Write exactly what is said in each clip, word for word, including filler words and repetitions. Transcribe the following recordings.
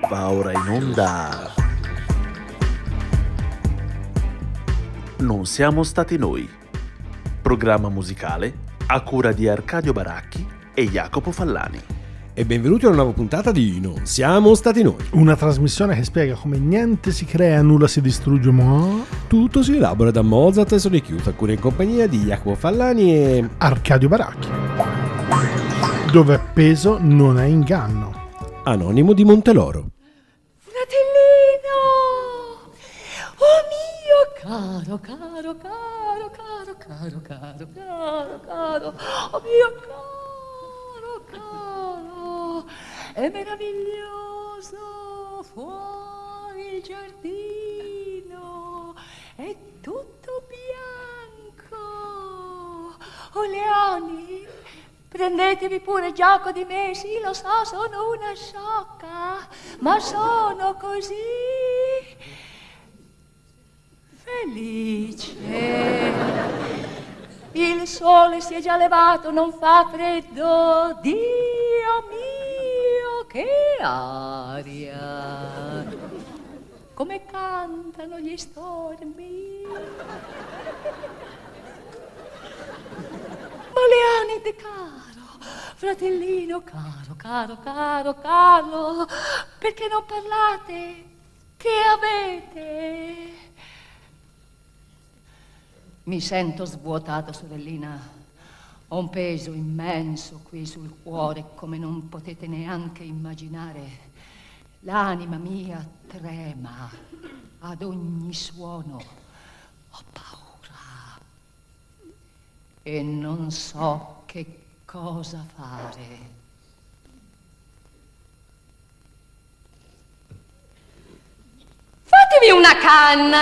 Va ora in onda. Non siamo stati noi. Programma musicale a cura di Arcadio Baracchi e Jacopo Fallani. E benvenuti a una nuova puntata di Non siamo stati noi. Una trasmissione che spiega come niente si crea, nulla si distrugge, ma tutto si elabora da Mozart e Sonic Youth, a cura in compagnia di Jacopo Fallani e Arcadio Baracchi, dove peso non è inganno. Anonimo di Monteloro. Fratellino! Oh mio caro, caro, caro, caro, caro, caro, caro, caro, oh mio caro, caro, è meraviglioso fuori il giardino, è tutto bianco. Oh leoni, prendetevi pure gioco di me, sì lo so, sono una sciocca, ma sono così felice. Il sole si è già levato, non fa freddo, Dio mio, che aria! Come cantano gli stormi! Ma Leonide caro, fratellino caro, caro, caro, caro, perché non parlate? Che avete? Mi sento svuotato, sorellina. Ho un peso immenso qui sul cuore, come non potete neanche immaginare. L'anima mia trema ad ogni suono. Ho paura e non so che cosa fare. Fatevi una canna,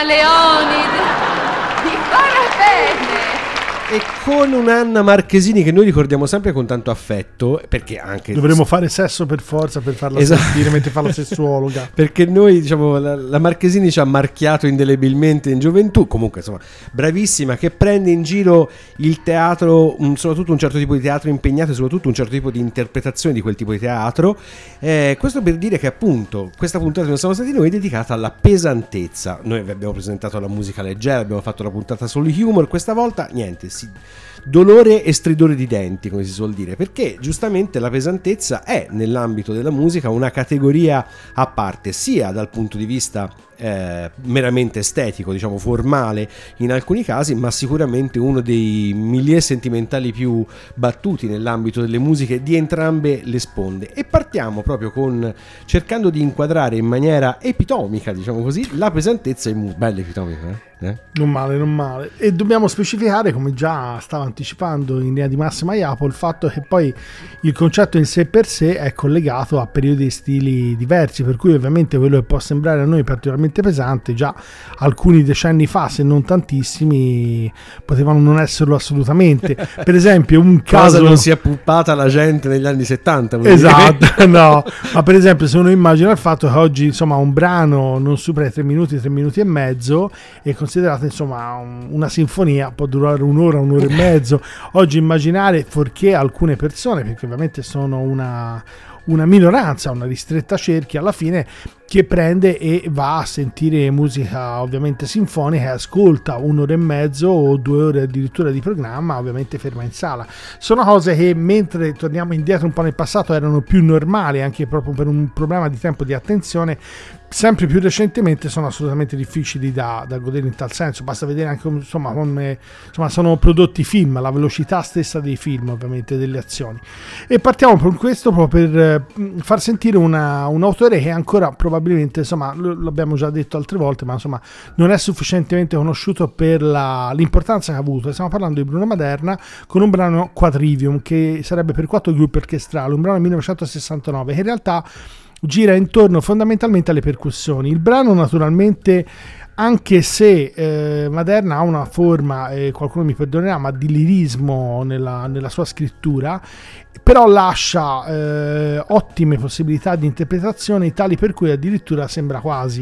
Leonide. Di fare bene. E con un'Anna Marchesini che noi ricordiamo sempre con tanto affetto, perché anche dovremmo fare sesso per forza per farla esatto. sentire mentre fa la sessuologa. Perché noi, diciamo, la, la Marchesini ci ha marchiato indelebilmente in gioventù. Comunque, insomma, bravissima, che prende in giro il teatro, un, soprattutto un certo tipo di teatro impegnato e soprattutto un certo tipo di interpretazione di quel tipo di teatro. Eh, questo per dire che appunto questa puntata Non siamo stati noi è dedicata alla pesantezza. Noi vi abbiamo presentato la musica leggera, abbiamo fatto la puntata sul humor. Questa volta niente, si dolore e stridore di denti, come si suol dire, perché giustamente la pesantezza è nell'ambito della musica una categoria a parte, sia dal punto di vista eh, meramente estetico, diciamo formale in alcuni casi, ma sicuramente uno dei milieu sentimentali più battuti nell'ambito delle musiche di entrambe le sponde. E partiamo proprio con cercando di inquadrare in maniera epitomica, diciamo così, la pesantezza in musica. Bella epitomica, eh? Eh? Non male, non male. E dobbiamo specificare, come già stava anticipando in linea di massima Iapo, il fatto che poi il concetto in sé per sé è collegato a periodi e stili diversi, per cui ovviamente quello che può sembrare a noi particolarmente pesante già alcuni decenni fa, se non tantissimi, potevano non esserlo assolutamente. Per esempio un caso non si è puppata la gente negli anni settanta, esatto, no, ma per esempio se uno immagina il fatto che oggi insomma un brano non supera i tre minuti, tre minuti e mezzo, e considerate insomma una sinfonia può durare un'ora, un'ora e mezzo. Oggi immaginare, forché alcune persone, perché ovviamente sono una, una minoranza, una ristretta cerchia alla fine, che prende e va a sentire musica ovviamente sinfonica e ascolta un'ora e mezzo o due ore addirittura di programma, ovviamente ferma in sala. Sono cose che, mentre torniamo indietro un po' nel passato, erano più normali, anche proprio per un problema di tempo di attenzione. Sempre più recentemente sono assolutamente difficili da, da godere in tal senso. Basta vedere anche insomma come insomma, sono prodotti film, la velocità stessa dei film, ovviamente delle azioni. E partiamo con questo proprio per far sentire una, un autore che ancora probabilmente, insomma, l'abbiamo già detto altre volte, ma insomma non è sufficientemente conosciuto per la, l'importanza che ha avuto. Stiamo parlando di Bruno Maderna con un brano Quadrivium, che sarebbe per quattro gruppi orchestrali, un brano del millenovecentosessantanove che in realtà gira intorno fondamentalmente alle percussioni. Il brano naturalmente, anche se eh, Maderna ha una forma, eh, qualcuno mi perdonerà, ma di lirismo nella, nella sua scrittura, però lascia eh, ottime possibilità di interpretazione, tali per cui addirittura sembra quasi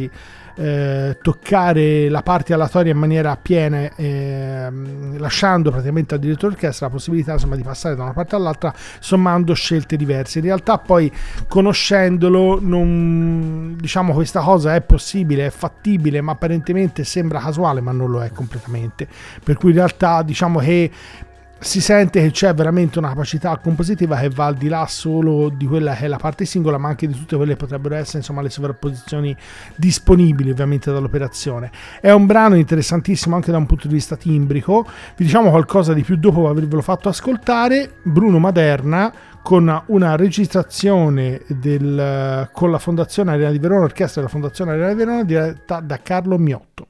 eh, toccare la parte aleatoria in maniera piena, eh, lasciando praticamente al direttore d'orchestra la possibilità, insomma, di passare da una parte all'altra sommando scelte diverse. In realtà poi, conoscendolo, non, diciamo, questa cosa è possibile, è fattibile, ma apparentemente sembra casuale, ma non lo è completamente, per cui in realtà diciamo che si sente che c'è veramente una capacità compositiva che va al di là solo di quella che è la parte singola, ma anche di tutte quelle che potrebbero essere, insomma, le sovrapposizioni disponibili ovviamente dall'operazione. È un brano interessantissimo anche da un punto di vista timbrico. Vi diciamo qualcosa di più dopo avervelo fatto ascoltare. Bruno Maderna, con una registrazione del, con la Fondazione Arena di Verona, l'orchestra della Fondazione Arena di Verona, diretta da Carlo Miotto.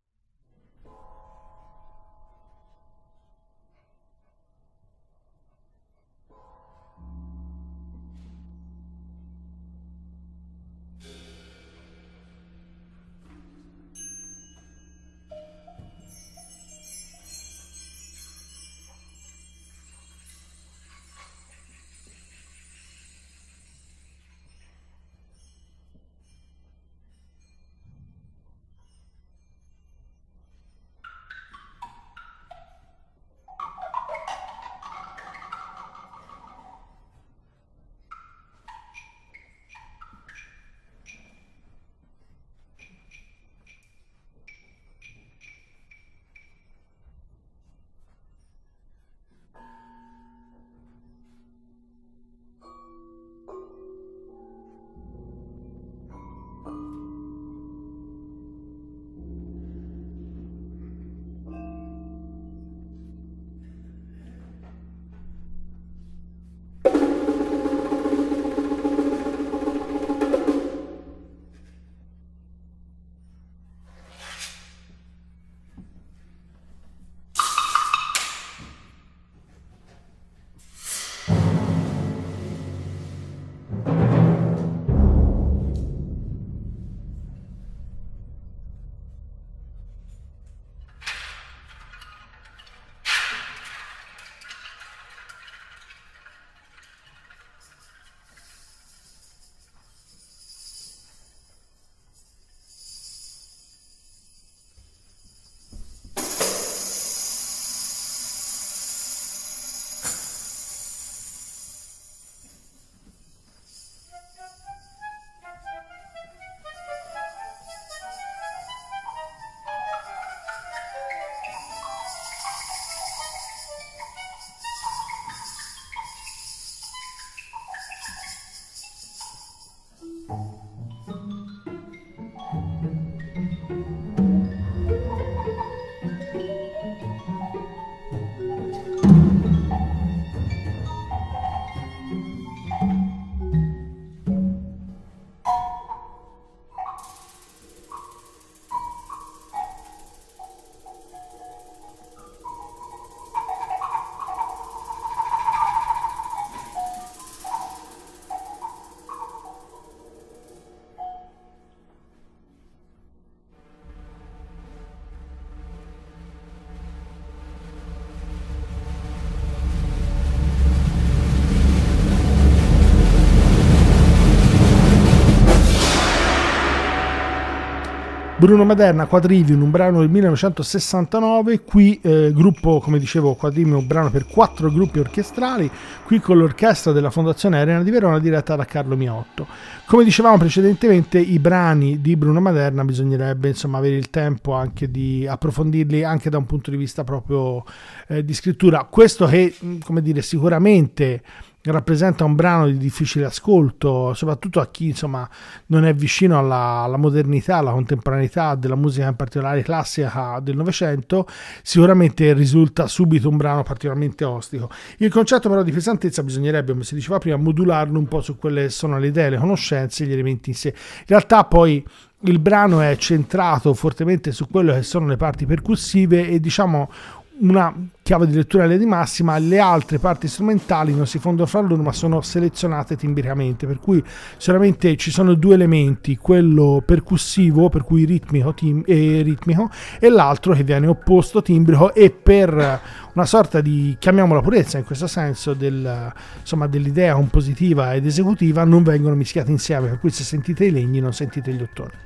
Bruno Maderna, Quadrivium, un brano del millenovecentosessantanove, qui eh, gruppo, come dicevo, Quadrivium, un brano per quattro gruppi orchestrali, qui con l'orchestra della Fondazione Arena di Verona diretta da Carlo Miotto. Come dicevamo precedentemente, i brani di Bruno Maderna bisognerebbe, insomma, avere il tempo anche di approfondirli anche da un punto di vista proprio eh, di scrittura. Questo che, come dire, sicuramente rappresenta un brano di difficile ascolto, soprattutto a chi, insomma, non è vicino alla, alla modernità, alla contemporaneità della musica, in particolare classica del Novecento. Sicuramente risulta subito un brano particolarmente ostico. Il concetto però di pesantezza bisognerebbe, come si diceva prima, modularlo un po' su quelle che sono le idee, le conoscenze e gli elementi in sé. In realtà poi il brano è centrato fortemente su quello che sono le parti percussive e, diciamo, una chiave di lettura di massima. Le altre parti strumentali non si fondono fra loro ma sono selezionate timbricamente, per cui solamente ci sono due elementi, quello percussivo, per cui ritmico, tim- e, ritmico e l'altro che viene opposto, timbrico, e per una sorta di, chiamiamola purezza in questo senso, del, insomma, dell'idea compositiva ed esecutiva, non vengono mischiati insieme, per cui se sentite i legni non sentite gli ottoni.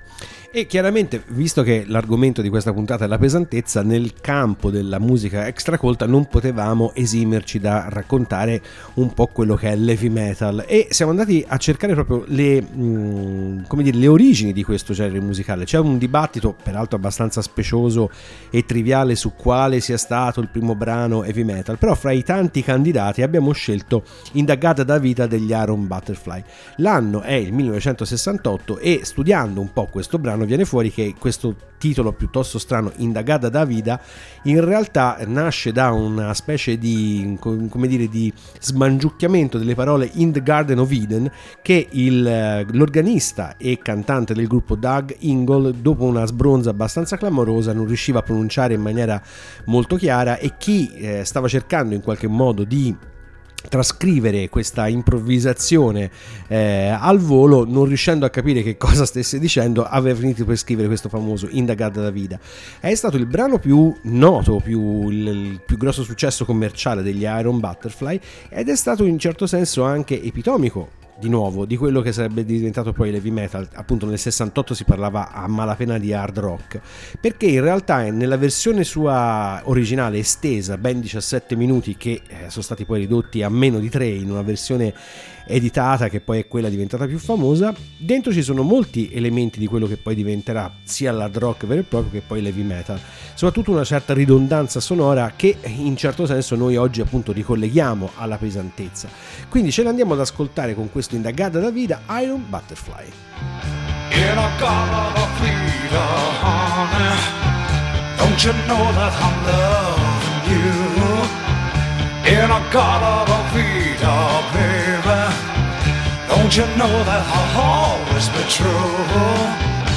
E chiaramente, visto che l'argomento di questa puntata è la pesantezza, nel campo della musica extracolta non potevamo esimerci da raccontare un po' quello che è l'heavy metal, e siamo andati a cercare proprio le, mh, come dire, le origini di questo genere musicale. C'è un dibattito, peraltro abbastanza specioso e triviale, su quale sia stato il primo brano heavy metal, però fra i tanti candidati abbiamo scelto Indagata da vita degli Iron Butterfly. L'anno è il millenovecentosessantotto e studiando un po' questo brano viene fuori che questo titolo piuttosto strano, Indagata da vida, in realtà nasce da una specie di, come dire, di smangiucchiamento delle parole In the Garden of Eden, che il, l'organista e cantante del gruppo Doug Ingle, dopo una sbronza abbastanza clamorosa, non riusciva a pronunciare in maniera molto chiara, e chi eh, stava cercando in qualche modo di trascrivere questa improvvisazione eh, al volo, non riuscendo a capire che cosa stesse dicendo, aveva finito per scrivere questo famoso Indagata da vida. È stato il brano più noto, più, il, il più grosso successo commerciale degli Iron Butterfly, ed è stato in certo senso anche epitomico di nuovo di quello che sarebbe diventato poi l'heavy metal. Appunto nel sessantotto si parlava a malapena di hard rock, perché in realtà è nella versione sua originale estesa, ben diciassette minuti, che eh, sono stati poi ridotti a meno di tre in una versione editata che poi è quella diventata più famosa. Dentro ci sono molti elementi di quello che poi diventerà sia l'hard rock vero e proprio che poi l'heavy metal, soprattutto una certa ridondanza sonora che in certo senso noi oggi appunto ricolleghiamo alla pesantezza. Quindi ce l'andiamo ad ascoltare con questo Indagata da vida, Iron Butterfly. In a god of freedom, honey, don't you know that I'm loving you? In a god of freedom, baby, don't you know that I'll always be true?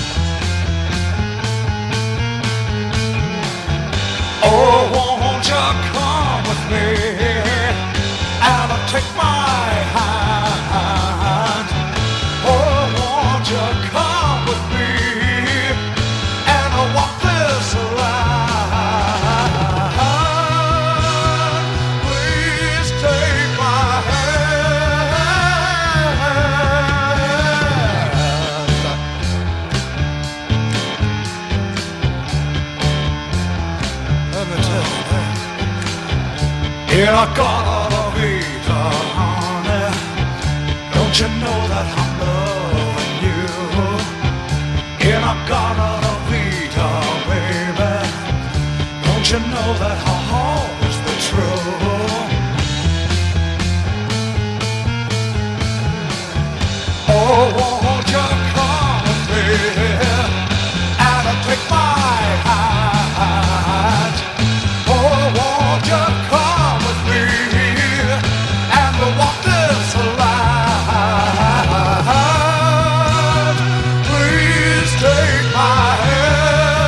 Oh, won't you come with me and I'll take my hand? Oh, won't you come with me and I'll walk this line? Please take my hand. Let me tell you that. Yeah, I gotta be the honey. Don't you know that I'm loving you? Yeah, I gotta be the baby. Don't you know that I'll always be true? Oh, won't you come with me and I'll take my hand? Oh, won't you come with me and we'll walk this line? Please take my hand.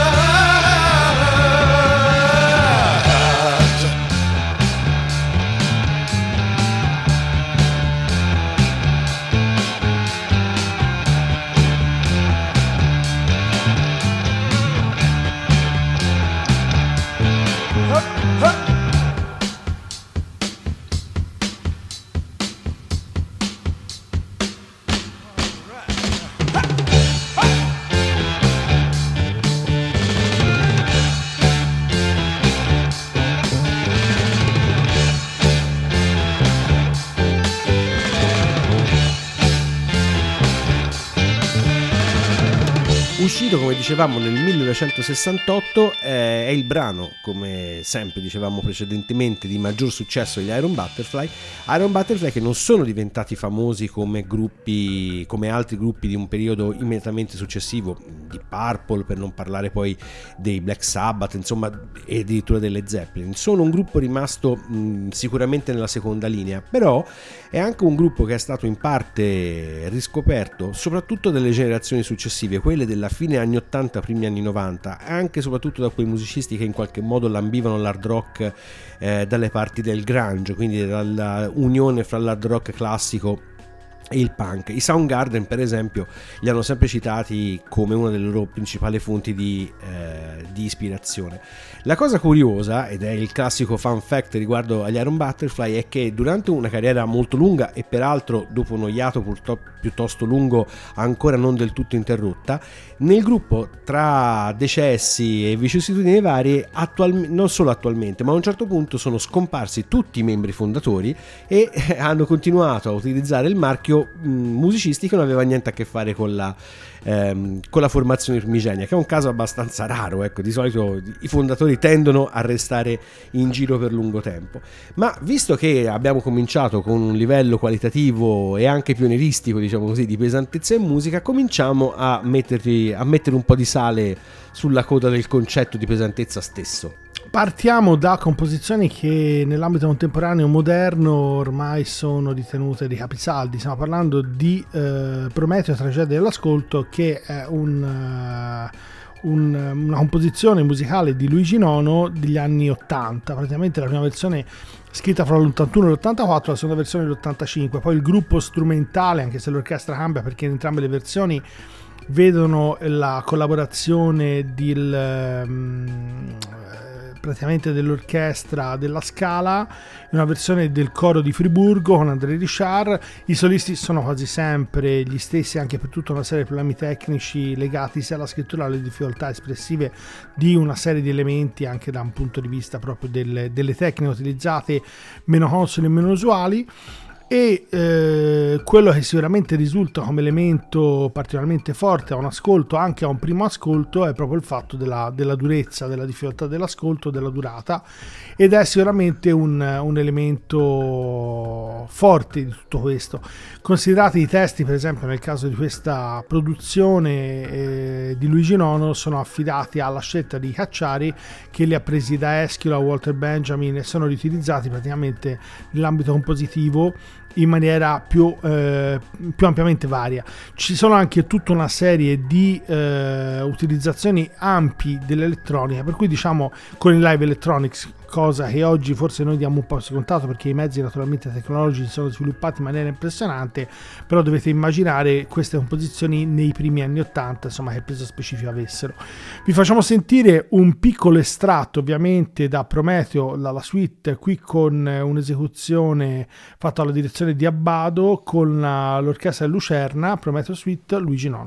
Uscito, come dicevamo, nel millenovecentosessantotto, eh, è il brano, come sempre dicevamo precedentemente, di maggior successo degli Iron Butterfly. Iron Butterfly che non sono diventati famosi come gruppi, come altri gruppi di un periodo immediatamente successivo, di Purple, per non parlare poi dei Black Sabbath, insomma, e addirittura delle Zeppelin. Sono un gruppo rimasto mh, sicuramente nella seconda linea, però è anche un gruppo che è stato in parte riscoperto soprattutto dalle generazioni successive, quelle della fine anni ottanta, primi anni novanta, anche e soprattutto da quei musicisti che in qualche modo lambivano l'hard rock eh, dalle parti del grunge, quindi dalla unione fra l'hard rock classico e il punk. I Soundgarden, per esempio, li hanno sempre citati come una delle loro principali fonti di, eh, di ispirazione. La cosa curiosa, ed è il classico fun fact riguardo agli Iron Butterfly, è che durante una carriera molto lunga e peraltro dopo uno iato purtroppo piuttosto lungo, ancora non del tutto interrotta, nel gruppo, tra decessi e vicissitudini varie, attual- non solo attualmente, ma a un certo punto sono scomparsi tutti i membri fondatori e hanno continuato a utilizzare il marchio mh, musicisti che non aveva niente a che fare con la, ehm, con la formazione primigenia, che è un caso abbastanza raro. Ecco, di solito i fondatori tendono a restare in giro per lungo tempo. Ma visto che abbiamo cominciato con un livello qualitativo e anche pionieristico, diciamo così, di pesantezza in musica, cominciamo a, metterci, a mettere un po' di sale sulla coda del concetto di pesantezza stesso. Partiamo da composizioni che nell'ambito contemporaneo moderno ormai sono ritenute dei capisaldi. Stiamo parlando di eh, Prometeo, tragedia dell'ascolto, che è un... Uh, Un, una composizione musicale di Luigi Nono degli anni ottanta, praticamente la prima versione scritta fra l'ottantuno e l'ottantaquattro, la seconda versione dell'ottantacinque. Poi il gruppo strumentale, anche se l'orchestra cambia perché in entrambe le versioni vedono la collaborazione del, um, praticamente dell'orchestra della Scala, una versione del coro di Friburgo con André Richard. I solisti sono quasi sempre gli stessi, anche per tutta una serie di problemi tecnici legati sia alla scrittura alle difficoltà espressive di una serie di elementi, anche da un punto di vista proprio delle, delle tecniche utilizzate, meno consone e meno usuali. E eh, quello che sicuramente risulta come elemento particolarmente forte a un ascolto, anche a un primo ascolto, è proprio il fatto della, della durezza, della difficoltà dell'ascolto, della durata, ed è sicuramente un, un elemento forte di tutto questo. Considerati i testi, per esempio nel caso di questa produzione eh, di Luigi Nono, sono affidati alla scelta di Cacciari, che li ha presi da Eschilo a Walter Benjamin e sono riutilizzati praticamente nell'ambito compositivo in maniera più, eh, più ampiamente varia. Ci sono anche tutta una serie di eh, utilizzazioni ampi dell'elettronica, per cui diciamo con il live electronics, cosa che oggi forse noi diamo un po' scontato perché i mezzi naturalmente tecnologici sono sviluppati in maniera impressionante, però dovete immaginare queste composizioni nei primi anni ottanta, insomma, che peso specifico avessero. Vi facciamo sentire un piccolo estratto ovviamente da Prometeo, la, la suite, qui con un'esecuzione fatta alla direzione di Abbado con la, l'orchestra di Lucerna, Prometeo Suite, Luigi Nono.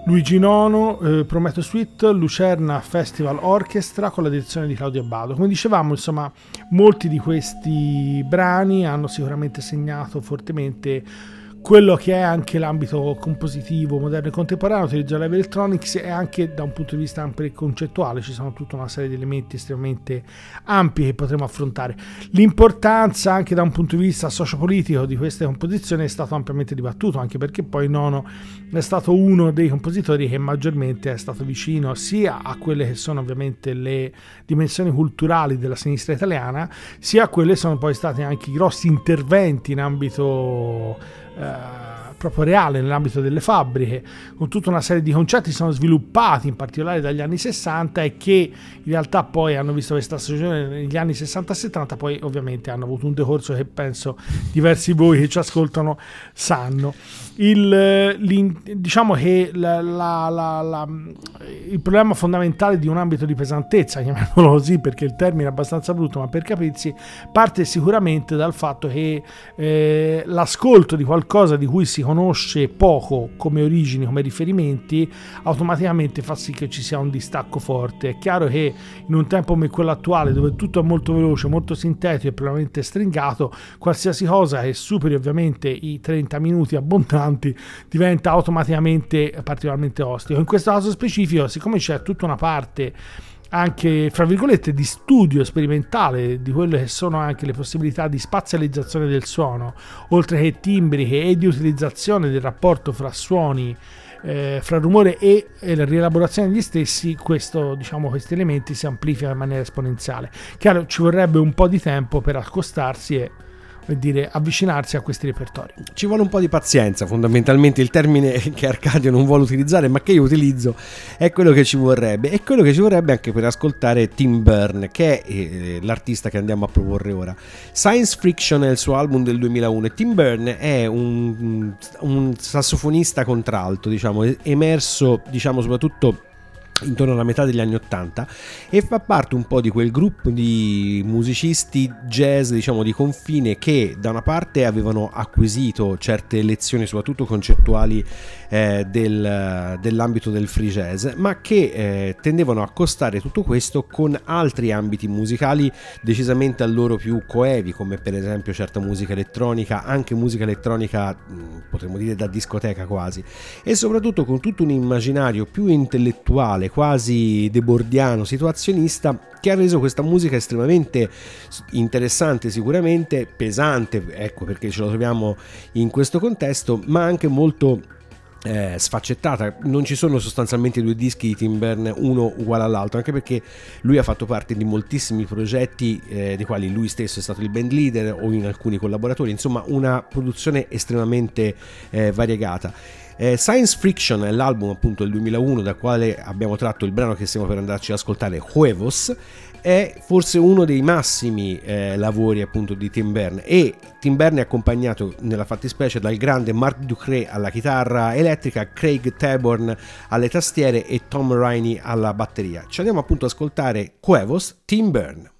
Luigi Nono, eh, Prometeo Suite, Lucerna Festival Orchestra con la direzione di Claudio Abbado. Come dicevamo, insomma, molti di questi brani hanno sicuramente segnato fortemente quello che è anche l'ambito compositivo moderno e contemporaneo, utilizza live electronics, e anche da un punto di vista ampio e concettuale ci sono tutta una serie di elementi estremamente ampi che potremo affrontare. L'importanza anche da un punto di vista sociopolitico di queste composizioni è stato ampiamente dibattuto, anche perché poi Nono è stato uno dei compositori che maggiormente è stato vicino sia a quelle che sono ovviamente le dimensioni culturali della sinistra italiana, sia a quelle che sono poi stati anche i grossi interventi in ambito Uh, proprio reale nell'ambito delle fabbriche, con tutta una serie di concetti che sono sviluppati in particolare dagli anni sessanta e che in realtà poi hanno visto questa stagione negli anni sessanta settanta, poi ovviamente hanno avuto un decorso che penso diversi voi che ci ascoltano sanno. Il, diciamo che la, la, la, la, il problema fondamentale di un ambito di pesantezza, chiamiamolo così perché il termine è abbastanza brutto, ma per capirsi, parte sicuramente dal fatto che eh, l'ascolto di qualcosa di cui si conosce poco come origini, come riferimenti, automaticamente fa sì che ci sia un distacco forte. È chiaro che in un tempo come quello attuale, dove tutto è molto veloce, molto sintetico e probabilmente stringato, qualsiasi cosa che superi ovviamente i trenta minuti abbondanti diventa automaticamente particolarmente ostico. In questo caso specifico, siccome c'è tutta una parte anche fra virgolette di studio sperimentale di quelle che sono anche le possibilità di spazializzazione del suono, oltre che timbriche, e di utilizzazione del rapporto fra suoni, eh, fra rumore e, e la rielaborazione degli stessi, questo, diciamo, questi elementi si amplificano in maniera esponenziale. Chiaro, ci vorrebbe un po' di tempo per accostarsi e dire avvicinarsi a questi repertori. Ci vuole un po' di pazienza, fondamentalmente il termine che Arcadio non vuole utilizzare ma che io utilizzo è quello che ci vorrebbe, e quello che ci vorrebbe anche per ascoltare Tim Byrne, che è eh, l'artista che andiamo a proporre ora. Science Friction è il suo album del duemilauno e Tim Byrne è un, un sassofonista contralto, diciamo, emerso, diciamo, soprattutto intorno alla metà degli anni ottanta, e fa parte un po' di quel gruppo di musicisti jazz, diciamo, di confine, che da una parte avevano acquisito certe lezioni soprattutto concettuali eh, del, dell'ambito del free jazz, ma che eh, tendevano a accostare tutto questo con altri ambiti musicali decisamente a loro più coevi, come per esempio certa musica elettronica, anche musica elettronica potremmo dire da discoteca quasi, e soprattutto con tutto un immaginario più intellettuale, quasi debordiano, situazionista, che ha reso questa musica estremamente interessante, sicuramente pesante, ecco perché ce la troviamo in questo contesto, ma anche molto eh, sfaccettata. Non ci sono sostanzialmente due dischi di Tim Byrne uno uguale all'altro, anche perché lui ha fatto parte di moltissimi progetti eh, dei quali lui stesso è stato il band leader o in alcuni collaboratori, insomma una produzione estremamente eh, variegata. Eh, Science Friction è l'album appunto del duemilauno, da quale abbiamo tratto il brano che stiamo per andarci ad ascoltare, Huevos. È forse uno dei massimi eh, lavori appunto di Tim Byrne, e Tim Byrne è accompagnato nella fattispecie dal grande Mark Ducré alla chitarra elettrica, Craig Taborn alle tastiere e Tom Rainey alla batteria. Ci andiamo appunto ad ascoltare Huevos, Tim Byrne.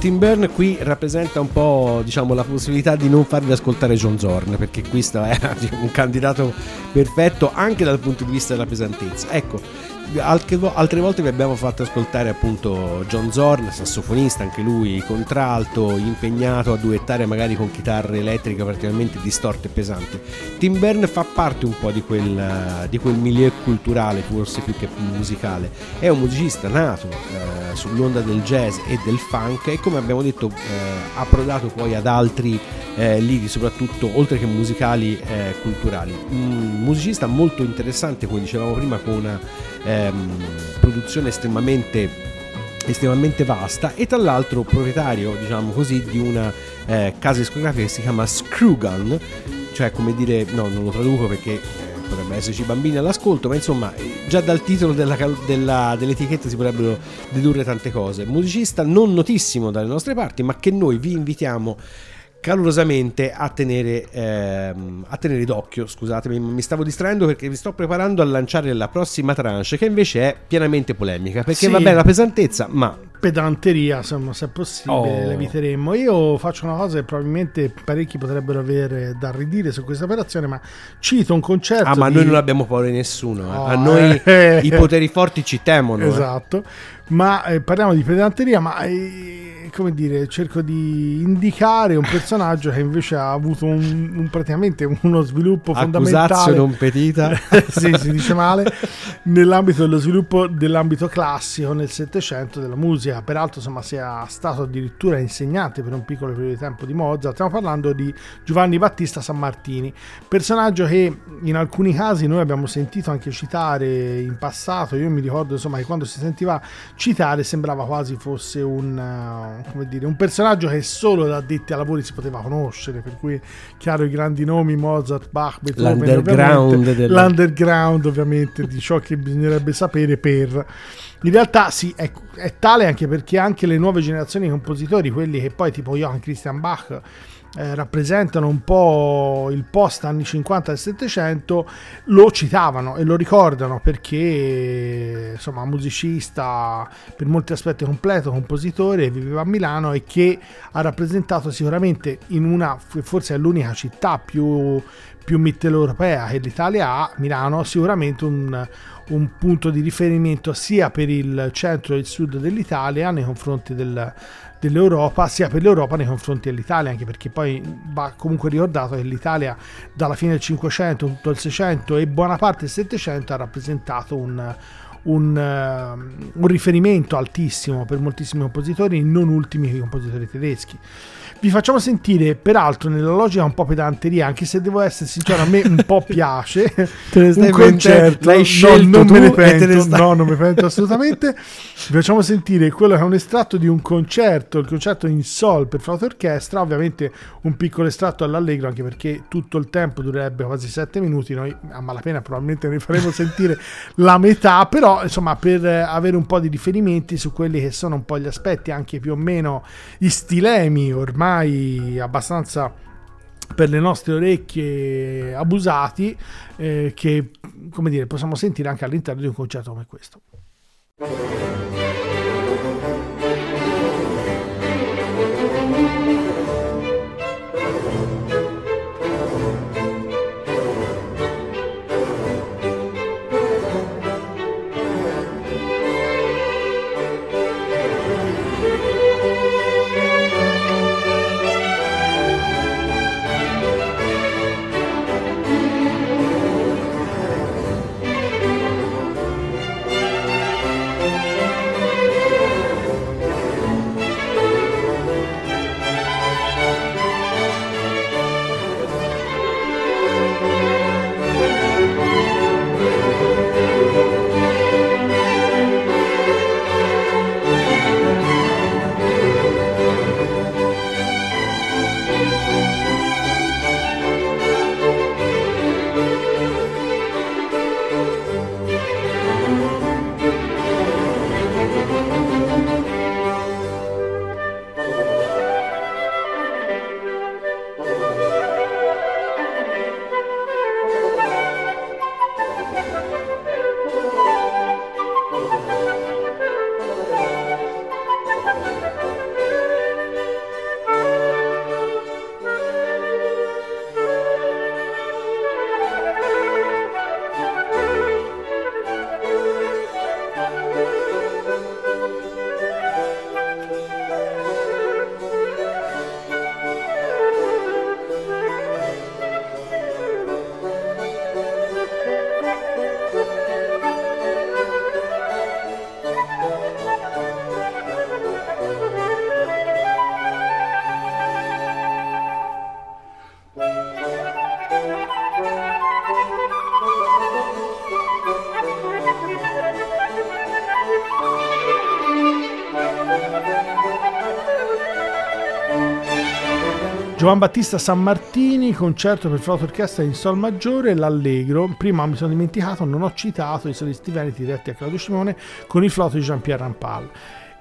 Tim Berne qui rappresenta un po', diciamo, la possibilità di non farvi ascoltare John Zorn, perché questo è diciamo, un candidato perfetto anche dal punto di vista della pesantezza. Ecco, altre volte vi abbiamo fatto ascoltare appunto John Zorn, sassofonista anche lui, contralto, impegnato a duettare magari con chitarra elettrica particolarmente distorta e pesante. Tim Berne fa parte un po' di quel, di quel milieu culturale, forse più che musicale. È un musicista nato eh, sull'onda del jazz e del funk, e come abbiamo detto eh, ha approdato poi ad altri eh, lidi, soprattutto oltre che musicali, eh, culturali. Un musicista molto interessante, come dicevamo prima, con una Ehm, produzione estremamente estremamente vasta, e tra l'altro proprietario, diciamo così, di una eh, casa discografica che si chiama Screwgun, cioè come dire, no, non lo traduco perché eh, potrebbe esserci bambini all'ascolto, ma insomma già dal titolo della, della, dell'etichetta si potrebbero dedurre tante cose. Musicista non notissimo dalle nostre parti, ma che noi vi invitiamo calorosamente a tenere ehm, a tenere d'occhio. Scusatemi, mi stavo distraendo perché mi sto preparando a lanciare la prossima tranche, che invece è pienamente polemica, perché sì, va bene la pesantezza, ma pedanteria, insomma, se è possibile, oh. la eviteremmo. Io faccio una cosa che probabilmente parecchi potrebbero avere da ridire su questa operazione, ma cito un concerto ah ma di... noi non abbiamo paura di nessuno, eh. oh, a noi eh. i poteri forti ci temono, esatto, eh. ma eh, parliamo di pedanteria, ma eh, come dire, cerco di indicare un personaggio che invece ha avuto un, un praticamente uno sviluppo fondamentale. Accusazio non petita. Sì, si dice male, nell'ambito dello sviluppo dell'ambito classico nel Settecento della musica. Peraltro, insomma, sia stato addirittura insegnante per un piccolo periodo di tempo di Mozart. Stiamo parlando di Giovanni Battista Sammartini, personaggio che in alcuni casi noi abbiamo sentito anche citare in passato. Io mi ricordo, insomma, che quando si sentiva citare sembrava quasi fosse un come dire, un personaggio che solo da addetti ai lavori si poteva conoscere, per cui chiaro i grandi nomi Mozart, Bach, Beethoven, l'underground, ovviamente, della... l'underground ovviamente di ciò che bisognerebbe sapere per... In realtà sì, è, è tale anche perché anche le nuove generazioni di compositori, quelli che poi tipo Johann Christian Bach Eh, rappresentano un po' il post anni cinquanta del Settecento, lo citavano e lo ricordano perché insomma musicista per molti aspetti completo, compositore, viveva a Milano e che ha rappresentato sicuramente in una, forse è l'unica città più, più mitteleuropea che l'Italia ha, Milano, sicuramente un, un punto di riferimento sia per il centro e il sud dell'Italia nei confronti del dell'Europa, sia per l'Europa nei confronti dell'Italia, anche perché poi va comunque ricordato che l'Italia dalla fine del Cinquecento, tutto il Seicento e buona parte del Settecento ha rappresentato un, un, uh, un riferimento altissimo per moltissimi compositori, non ultimi i compositori tedeschi. Vi facciamo sentire, peraltro, nella logica un po' pedanteria, anche se devo essere sincero, a me un po' piace un concerto, l'hai scelto no, non tu me ne e te ne pento, stai... no, non me ne pento assolutamente. Vi facciamo sentire quello che è un estratto di un concerto, il concerto in sol per flauto e orchestra, ovviamente un piccolo estratto all'allegro, anche perché tutto il tempo durerebbe quasi sette minuti, noi a malapena probabilmente ne faremo sentire la metà, però insomma per avere un po' di riferimenti su quelli che sono un po' gli aspetti anche più o meno istilemi ormai abbastanza per le nostre orecchie abusati, eh, che come dire possiamo sentire anche all'interno di un concerto come questo. Giovan Battista Sammartini, concerto per flauto orchestra in sol maggiore, l'Allegro. Prima mi sono dimenticato, non ho citato i solisti veneti diretti a Claudio Scimone con il flauto di Jean-Pierre Rampal.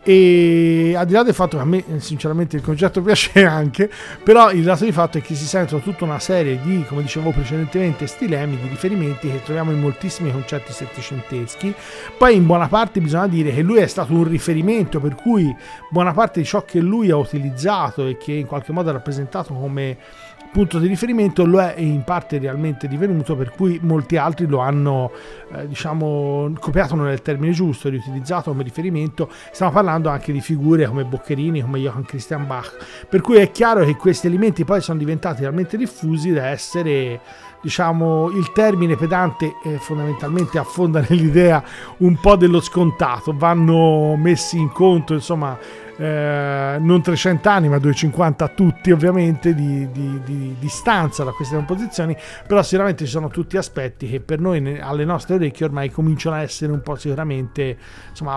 E al di là del fatto che a me sinceramente il concerto piace anche, però il dato di fatto è che si sentono tutta una serie di, come dicevo precedentemente, stilemi, di riferimenti che troviamo in moltissimi concerti settecenteschi. Poi in buona parte bisogna dire che lui è stato un riferimento, per cui buona parte di ciò che lui ha utilizzato e che in qualche modo ha rappresentato come punto di riferimento lo è in parte realmente divenuto, per cui molti altri lo hanno eh, diciamo copiato, non è il termine giusto, riutilizzato come riferimento. Stiamo parlando anche di figure come Boccherini, come Johann Christian Bach, per cui è chiaro che questi elementi poi sono diventati talmente diffusi da essere, diciamo, il termine pedante eh, fondamentalmente affonda nell'idea un po' dello scontato, vanno messi in conto, insomma, Eh, non trecento anni ma duecentocinquanta a tutti ovviamente di, di, di distanza da queste composizioni, però sicuramente ci sono tutti aspetti che per noi alle nostre orecchie ormai cominciano a essere un po' sicuramente, insomma,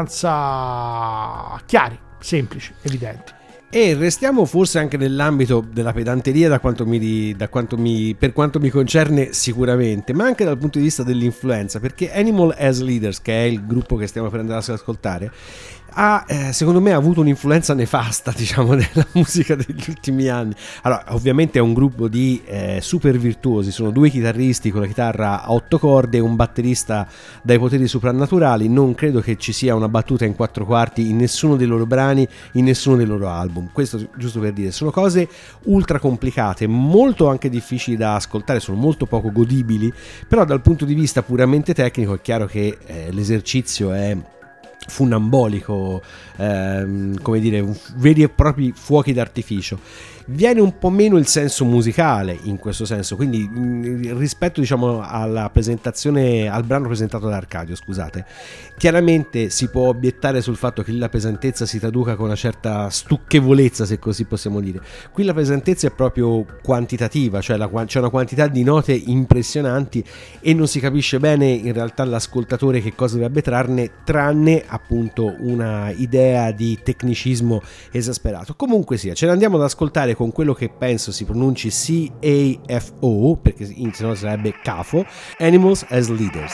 abbastanza chiari, semplici, evidenti. E restiamo forse anche nell'ambito della pedanteria da quanto mi, da quanto mi, per quanto mi concerne sicuramente, ma anche dal punto di vista dell'influenza, perché Animal as Leaders, che è il gruppo che stiamo per andare ad ascoltare, ha eh, secondo me ha avuto un'influenza nefasta, diciamo, nella musica degli ultimi anni. Allora, ovviamente è un gruppo di eh, super virtuosi, sono due chitarristi con la chitarra a otto corde e un batterista dai poteri soprannaturali. Non credo che ci sia una battuta in quattro quarti in nessuno dei loro brani, in nessuno dei loro album. Questo giusto per dire, sono cose ultra complicate, molto anche difficili da ascoltare, sono molto poco godibili, però dal punto di vista puramente tecnico è chiaro che eh, l'esercizio è funambolico, ehm, come dire, veri e propri fuochi d'artificio. Viene un po' meno il senso musicale in questo senso, quindi mh, rispetto, diciamo, alla presentazione, al brano presentato da Arcadio, scusate, chiaramente si può obiettare sul fatto che la pesantezza si traduca con una certa stucchevolezza, se così possiamo dire. Qui la pesantezza è proprio quantitativa, cioè la, c'è una quantità di note impressionanti e non si capisce bene in realtà l'ascoltatore che cosa dovrebbe trarne, tranne appunto una idea di tecnicismo esasperato. Comunque sia, ce ne andiamo ad ascoltare con quello che penso si pronunci C A F O, perché in se no sarebbe CAFO, Animals as Leaders.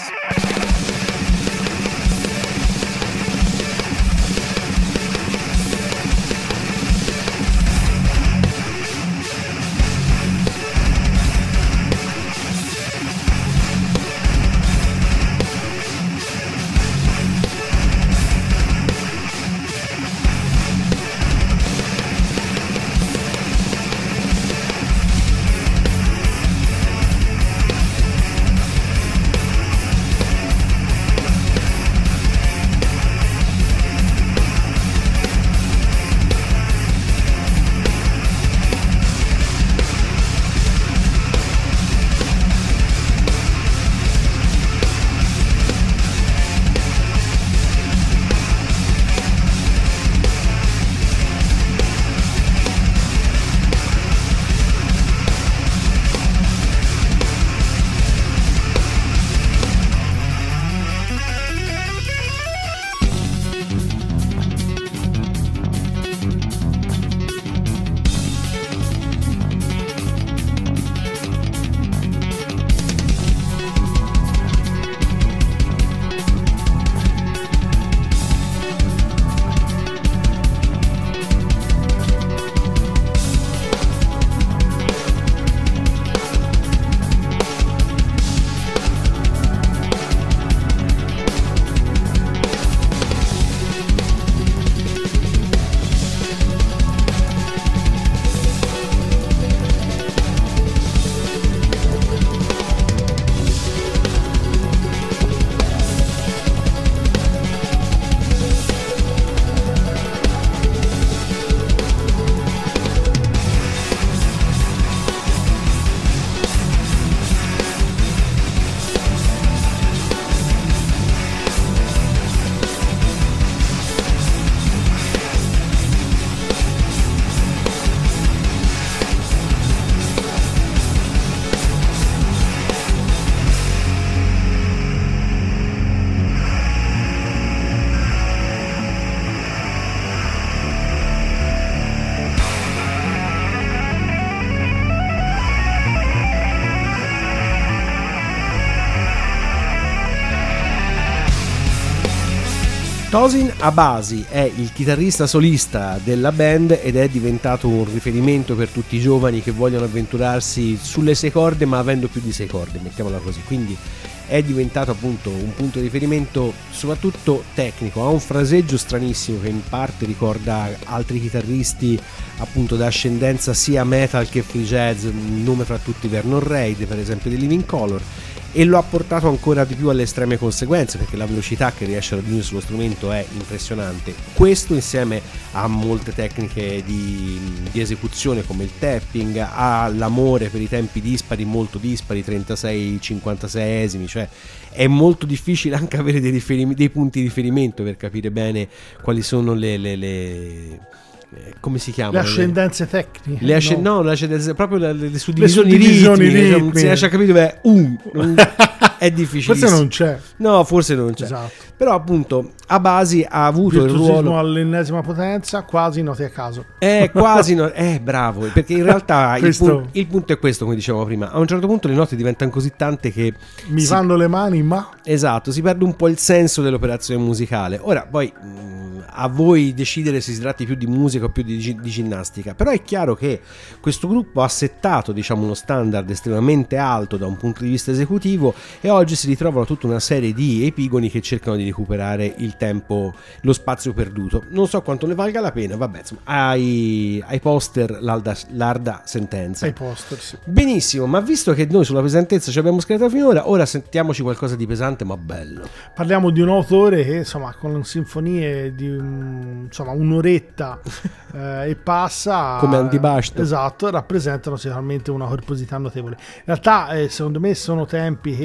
Tosin Abasi è il chitarrista solista della band ed è diventato un riferimento per tutti i giovani che vogliono avventurarsi sulle sei corde, ma avendo più di sei corde, mettiamola così. Quindi è diventato appunto un punto di riferimento soprattutto tecnico. Ha un fraseggio stranissimo che in parte ricorda altri chitarristi appunto da ascendenza sia metal che free jazz, un nome fra tutti Vernon Reid per esempio di Living Colour, e lo ha portato ancora di più alle estreme conseguenze, perché la velocità che riesce a raggiungere sullo strumento è impressionante. Questo insieme a molte tecniche di, di esecuzione come il tapping, ha l'amore per i tempi dispari, molto dispari, trentasei cinquantaseiesimi, cioè è molto difficile anche avere dei, riferim- dei punti di riferimento per capire bene quali sono le... le, le come si chiamano? Le ascendenze tecniche. Le ascend- no. no, le ascendenze, proprio le, le suddivisioni, le suddivisioni ritmiche, ritmiche. Non si riesce a capire dove è un. Non, è difficilissimo. Forse non c'è. No, forse non c'è. Esatto. Però appunto Abasi ha avuto il Virtuosismo ruolo all'ennesima potenza, quasi noti a caso. è quasi no... eh bravo, perché in realtà il, Questo- pun- il punto è questo, come dicevamo prima. A un certo punto le note diventano così tante che Mi si- fanno le mani, ma esatto, si perde un po' il senso dell'operazione musicale. Ora poi mh, a voi decidere se si tratti più di musica o più di, gi- di ginnastica, però è chiaro che questo gruppo ha settato, diciamo, uno standard estremamente alto da un punto di vista esecutivo, e oggi si ritrovano tutta una serie di epigoni che cercano di recuperare il tempo, lo spazio perduto. Non so quanto ne valga la pena, vabbè, insomma, ai, ai poster l'alda, l'arda sentenza. ai poster, sì. Benissimo, ma visto che noi sulla pesantezza ci abbiamo scritta finora, ora sentiamoci qualcosa di pesante ma bello. Parliamo di un autore che insomma con sinfonie di um, insomma un'oretta eh, e passa Come Antibasto. esatto, rappresentano sicuramente una corposità notevole. In realtà eh, secondo me sono tempi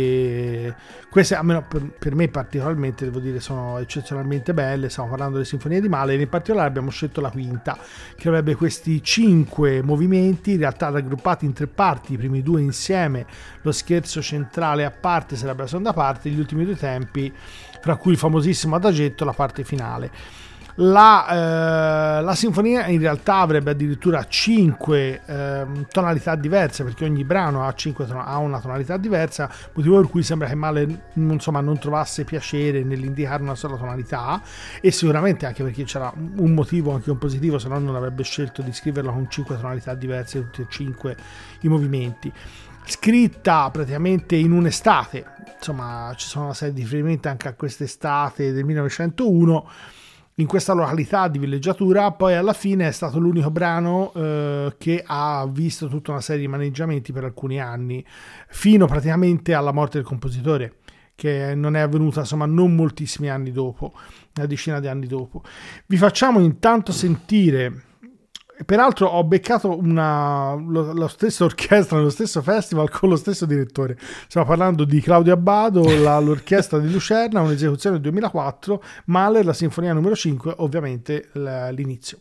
che queste, almeno per, per me particolarmente, devo dire, sono eccezionalmente belle. Stiamo parlando delle sinfonie di Mahler, in particolare abbiamo scelto la quinta, che avrebbe questi cinque movimenti in realtà raggruppati in tre parti, i primi due insieme, lo scherzo centrale a parte sarebbe la seconda parte, gli ultimi due tempi, fra cui il famosissimo adagetto, la parte finale. La, eh, la sinfonia in realtà avrebbe addirittura cinque eh, tonalità diverse, perché ogni brano ha, cinque ton- ha una tonalità diversa, motivo per cui sembra che Mahler insomma, non trovasse piacere nell'indicare una sola tonalità, e sicuramente anche perché c'era un motivo anche un positivo, se no non avrebbe scelto di scriverla con cinque tonalità diverse, tutti e cinque i movimenti. Scritta praticamente in un'estate, insomma ci sono una serie di riferimenti anche a quest'estate del millenovecentouno in questa località di villeggiatura. Poi alla fine è stato l'unico brano eh, che ha visto tutta una serie di maneggiamenti per alcuni anni, fino praticamente alla morte del compositore, che non è avvenuta insomma non moltissimi anni dopo, una decina di anni dopo. Vi facciamo intanto sentire. Peraltro ho beccato una, lo, lo stesso orchestra, lo stesso festival con lo stesso direttore. Stiamo parlando di Claudio Abbado, la, l'orchestra di Lucerna, un'esecuzione del duemilaquattro, Mahler, la sinfonia numero cinque, ovviamente l'inizio.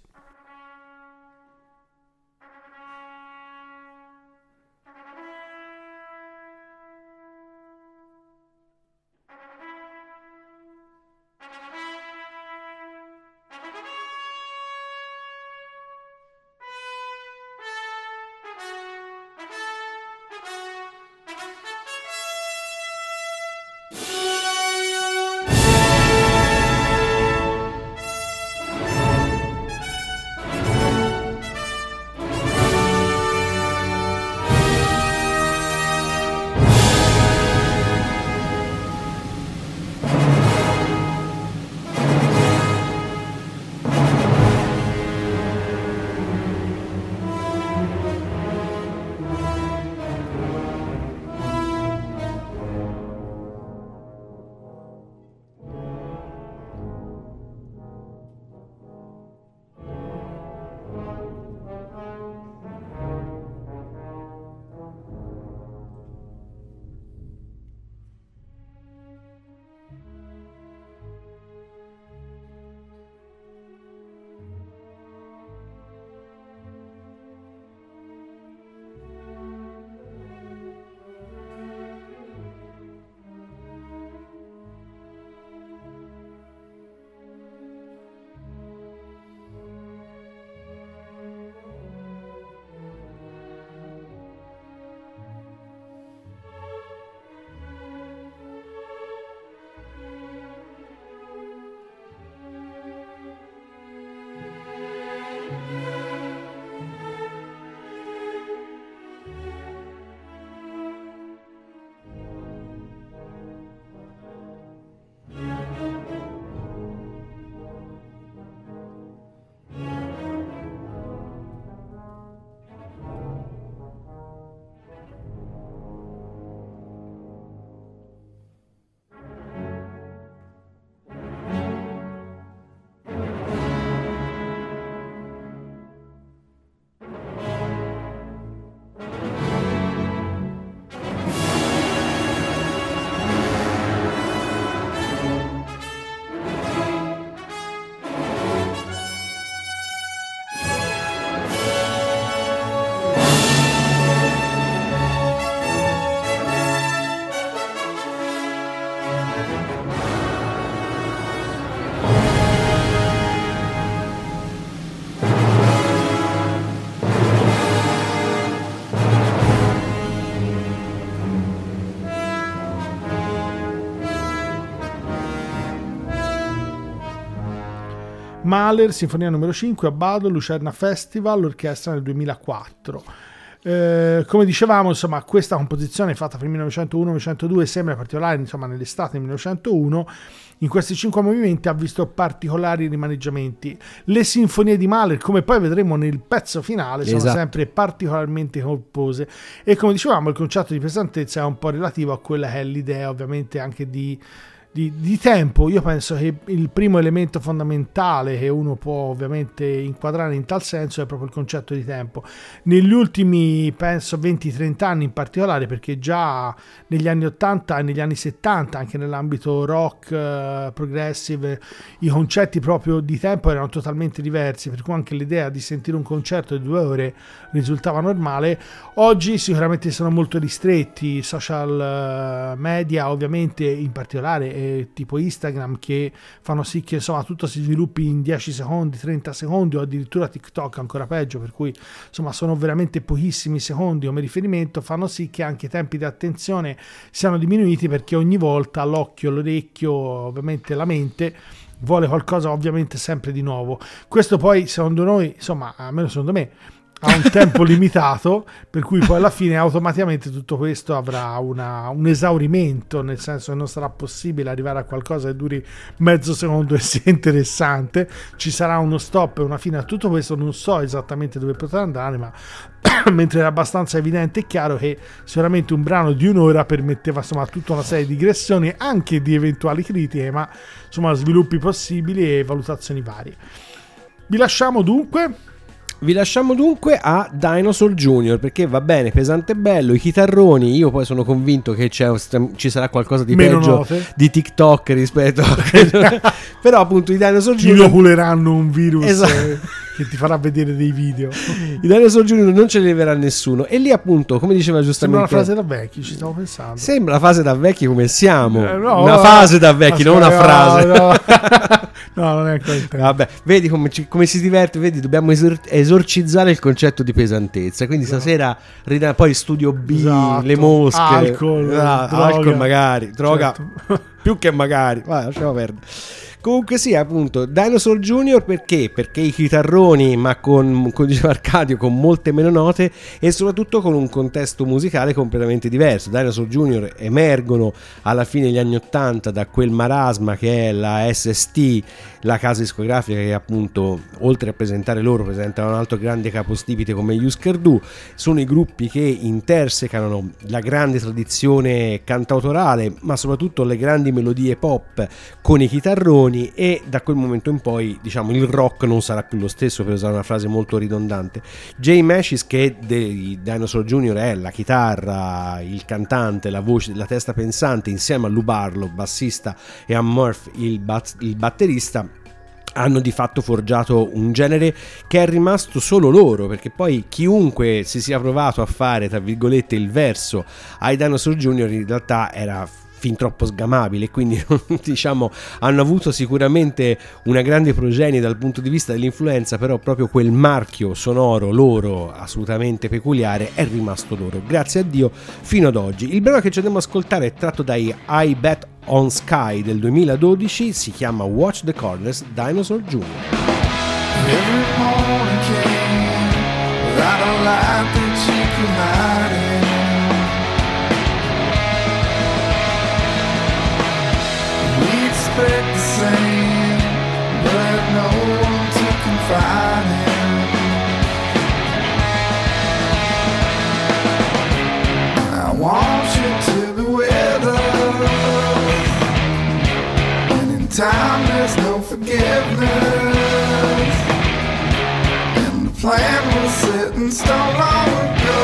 Mahler, Sinfonia numero cinque, Abbado, Lucerna Festival, l'orchestra nel duemilaquattro. Eh, come dicevamo, insomma, questa composizione fatta per il millenovecentouno millenovecentodue sembra particolare, insomma, nell'estate del millenovecentouno. In questi cinque movimenti ha visto particolari rimaneggiamenti. Le sinfonie di Mahler, come poi vedremo nel pezzo finale, sono esatto. sempre particolarmente compose, e come dicevamo il concetto di pesantezza è un po' relativo a quella che è l'idea ovviamente anche di Di, di tempo. Io penso che il primo elemento fondamentale che uno può ovviamente inquadrare in tal senso è proprio il concetto di tempo. Negli ultimi, penso, venti trenta anni in particolare, perché già negli anni ottanta e negli anni settanta, anche nell'ambito rock, uh, progressive, i concetti proprio di tempo erano totalmente diversi, per cui anche l'idea di sentire un concerto di due ore risultava normale. Oggi sicuramente sono molto ristretti, i social media ovviamente in particolare, tipo Instagram, che fanno sì che insomma tutto si sviluppi in dieci secondi, trenta secondi, o addirittura TikTok ancora peggio, per cui insomma sono veramente pochissimi secondi come riferimento, fanno sì che anche i tempi di attenzione siano diminuiti, perché ogni volta l'occhio, l'orecchio, ovviamente la mente vuole qualcosa ovviamente sempre di nuovo. Questo poi secondo noi, insomma, almeno secondo me, ha un tempo limitato, per cui poi alla fine automaticamente tutto questo avrà una, un esaurimento, nel senso che non sarà possibile arrivare a qualcosa che duri mezzo secondo e sia interessante. Ci sarà uno stop e una fine a tutto questo. Non so esattamente dove potrà andare, ma mentre era abbastanza evidente e chiaro che sicuramente un brano di un'ora permetteva insomma tutta una serie di digressioni, anche di eventuali critiche, ma insomma sviluppi possibili e valutazioni varie. Vi lasciamo dunque Vi lasciamo dunque a Dinosaur Junior, perché va bene, pesante e bello, i chitarroni, io poi sono convinto che c'è, ci sarà qualcosa di meno peggio note di TikTok rispetto a però appunto i Dinosaur ti Junior inoculeranno un virus, esatto, eh, che ti farà vedere dei video. I Dinosaur Junior non ce ne leverà nessuno, e lì appunto, come diceva giustamente, sembra una frase da vecchi, ci stavo pensando. Sembra una fase da vecchi come siamo, eh, no, una fase da vecchi, non una frase. No, no. No, non è ancora il tempo. Vabbè, vedi come, ci, come si diverte, vedi, dobbiamo esor- esorcizzare il concetto di pesantezza, quindi esatto. Stasera ridà poi Studio B, esatto. le mosche, alcol, ah, droga. alcol magari, droga, certo. Più che magari, vai, lasciamo perdere. Comunque sì, appunto, Dinosaur Junior perché? Perché i chitarroni, ma con, come diceva Arcadio, con molte meno note e soprattutto con un contesto musicale completamente diverso. Dinosaur Junior emergono alla fine degli anni ottanta da quel marasma che è la S S T, la casa discografica che appunto, oltre a presentare loro, presentano un altro grande capostipite come gli Husker Du. Sono i gruppi che intersecano la grande tradizione cantautorale, ma soprattutto le grandi melodie pop con i chitarroni, e da quel momento in poi diciamo il rock non sarà più lo stesso, per usare una frase molto ridondante. Jay Mashis, che dei Dinosaur Junior è la chitarra, il cantante, la voce, la testa pensante, insieme a Lou Barlow, bassista, e a Murph, il, bat- il batterista, hanno di fatto forgiato un genere che è rimasto solo loro, perché poi chiunque si sia provato a fare tra virgolette il verso ai Dinosaur Junior in realtà era fin troppo sgamabile, quindi diciamo hanno avuto sicuramente una grande progenie dal punto di vista dell'influenza, però proprio quel marchio sonoro loro assolutamente peculiare è rimasto loro, grazie a Dio, fino ad oggi. Il brano che ci andiamo ad ascoltare è tratto dai I Bet on Sky del duemiladodici, si chiama Watch the Corners, Dinosaur Junior. Every morning came without a light that you could hide in. We expect the same, but no one to confide in. I want you to be with us, and in time there's no forgiveness. Plan was set in stone long ago.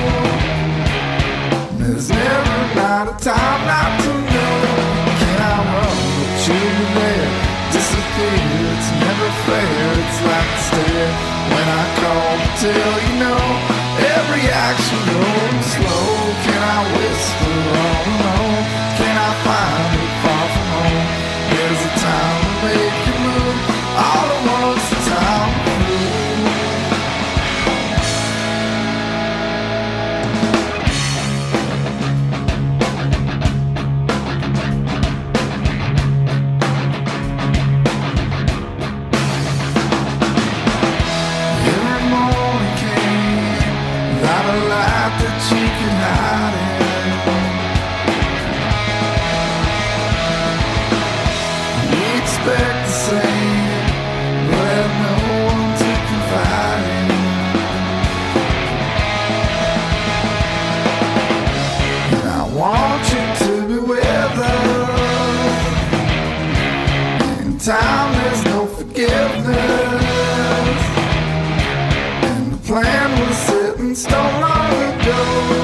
There's never not a time not to know. Can I run but you'll be there? Disappear, it's never fair. It's like a stare when I call to tell you no. Every action goes slow. Can I whisper all alone? Can I find it far from home? There's a time to make you move. All at once the time to prove. she could hide it. We expect the same, but have no one to confide in. And I want you to be with us. In time there's no forgiveness. Plan was set in stone long ago.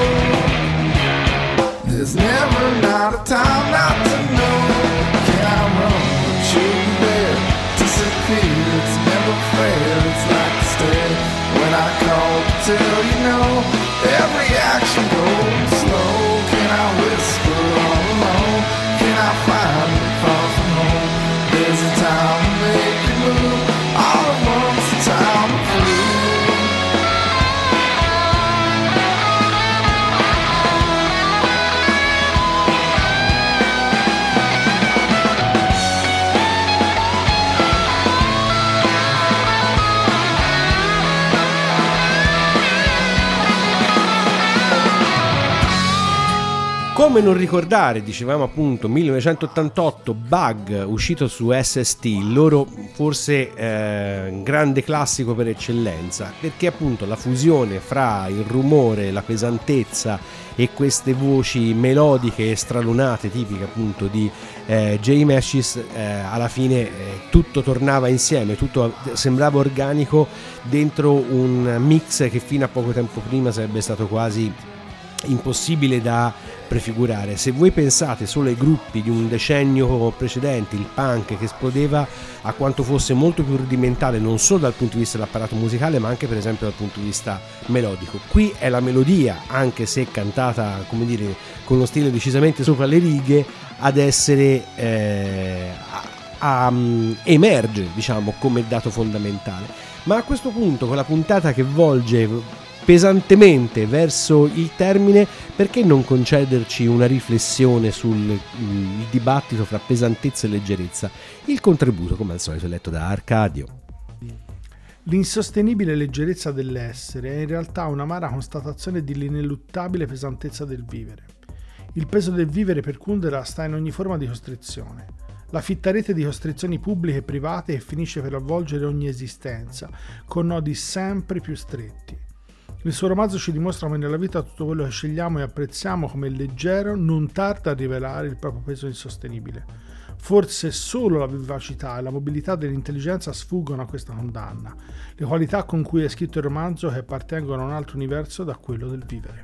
There's never not a time not to know. Can I run? Should be there. Disappear. It's never fair. It's like a stare. When I call to tell you no, every action goes slow. Can I whisper all alone? Can I find it far from home? There's a time to make it move. All at once, a time to prove. Come non ricordare, dicevamo appunto, millenovecentottantotto, Bug, uscito su S S T, il loro forse eh, grande classico per eccellenza, perché appunto la fusione fra il rumore, la pesantezza e queste voci melodiche e stralunate tipiche appunto di eh, J Mascis, eh, alla fine eh, tutto tornava insieme, tutto sembrava organico dentro un mix che fino a poco tempo prima sarebbe stato quasi impossibile da prefigurare. Se voi pensate solo ai gruppi di un decennio precedente, il punk che esplodeva, a quanto fosse molto più rudimentale non solo dal punto di vista dell'apparato musicale ma anche per esempio dal punto di vista melodico. Qui è la melodia, anche se cantata come dire con uno stile decisamente sopra le righe, ad essere eh, a, a emerge diciamo come dato fondamentale. Ma a questo punto, con la puntata che volge pesantemente verso il termine, perché non concederci una riflessione sul il dibattito fra pesantezza e leggerezza? Il contributo, come al solito, è letto da Arcadio. L'insostenibile leggerezza dell'essere è in realtà un'amara constatazione dell'ineluttabile pesantezza del vivere. Il peso del vivere per Kundera sta in ogni forma di costrizione. La fitta rete di costrizioni pubbliche e private che finisce per avvolgere ogni esistenza, con nodi sempre più stretti. Il suo romanzo ci dimostra come nella vita tutto quello che scegliamo e apprezziamo come leggero non tarda a rivelare il proprio peso insostenibile. Forse solo la vivacità e la mobilità dell'intelligenza sfuggono a questa condanna, le qualità con cui è scritto il romanzo che appartengono a un altro universo da quello del vivere.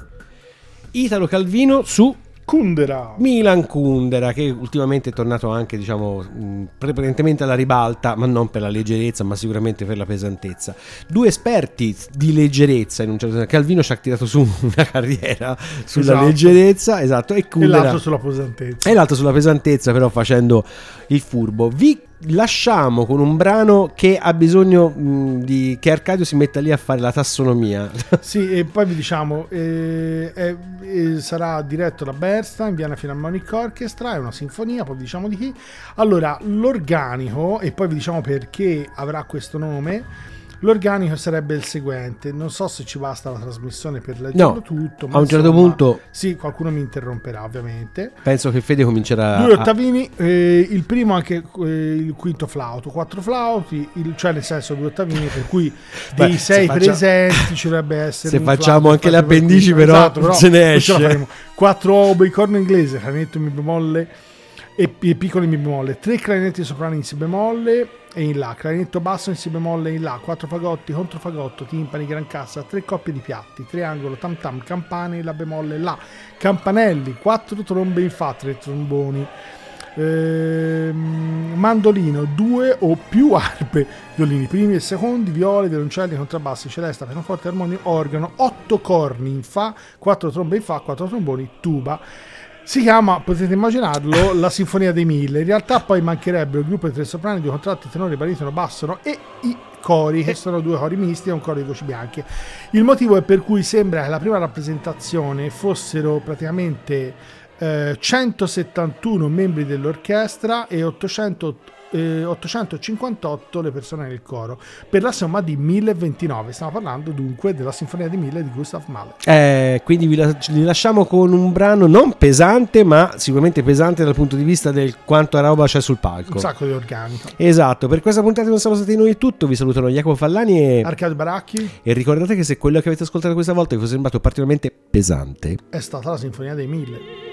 Italo Calvino su Kundera. Milan Kundera, che ultimamente è tornato anche diciamo prevalentemente alla ribalta, ma non per la leggerezza ma sicuramente per la pesantezza. Due esperti di leggerezza in un certo senso. Calvino ci ha tirato su una carriera sulla esatto. leggerezza, esatto, e Kundera e l'altro sulla pesantezza e l'altro sulla pesantezza, però facendo il furbo. Vi lasciamo con un brano che ha bisogno mh, di che Arcadio si metta lì a fare la tassonomia. Sì, e poi vi diciamo eh, eh, eh, sarà diretto da Bernstein, Vienna Philharmonic Orchestra, è una sinfonia, poi vi diciamo di chi. Allora, l'organico, e poi vi diciamo perché avrà questo nome. L'organico sarebbe il seguente, non so se ci basta la trasmissione per leggerlo no, tutto, ma a un insomma, certo punto sì, qualcuno mi interromperà ovviamente. Penso che Fede comincerà due ottavini, a... eh, il primo anche eh, il quinto flauto, quattro flauti, il, cioè nel senso due ottavini, per cui dei Beh, sei faccia... presenti ci dovrebbe essere se un facciamo flauto, anche le appendici però, esatto, però se ne esce. Quattro oboe, corno inglese, clarinetto mi bemolle e, e piccoli mi bemolle, tre clarinetti soprani in si bemolle e in la, clarinetto basso in si bemolle in la, quattro fagotti, controfagotto, timpani, gran cassa, tre coppie di piatti, triangolo, tam tam, campane in la bemolle la, campanelli, quattro trombe in fa, tre tromboni, ehm, mandolino, due o più arpe, violini primi e secondi, viole, violoncelli, contrabbassi, celesta, pianoforte, armonio, organo, otto corni in fa, quattro trombe in fa, quattro tromboni, tuba. Si chiama, potete immaginarlo, la Sinfonia dei Mille. In realtà poi mancherebbero il gruppo di tre soprani, due contratti, tenore, baritono, basso e i cori, che sono due cori misti e un coro di voci bianche. Il motivo è per cui sembra che la prima rappresentazione fossero praticamente eh, centosettantuno membri dell'orchestra e ottocento, eh, ottocentocinquantotto le persone nel coro, per la somma di mille ventinove. Stiamo parlando dunque della Sinfonia di Mille di Gustav Mahler. Eh, quindi vi, la- vi lasciamo con un brano non pesante, ma sicuramente pesante dal punto di vista del quanto roba c'è sul palco. Un sacco di organico. Esatto, per questa puntata non siamo stati noi tutto, vi salutano Jacopo Fallani e, Arcadio Baracchi e ricordate che se quello che avete ascoltato questa volta vi fosse sembrato particolarmente pesante, è stata la Sinfonia dei Mille.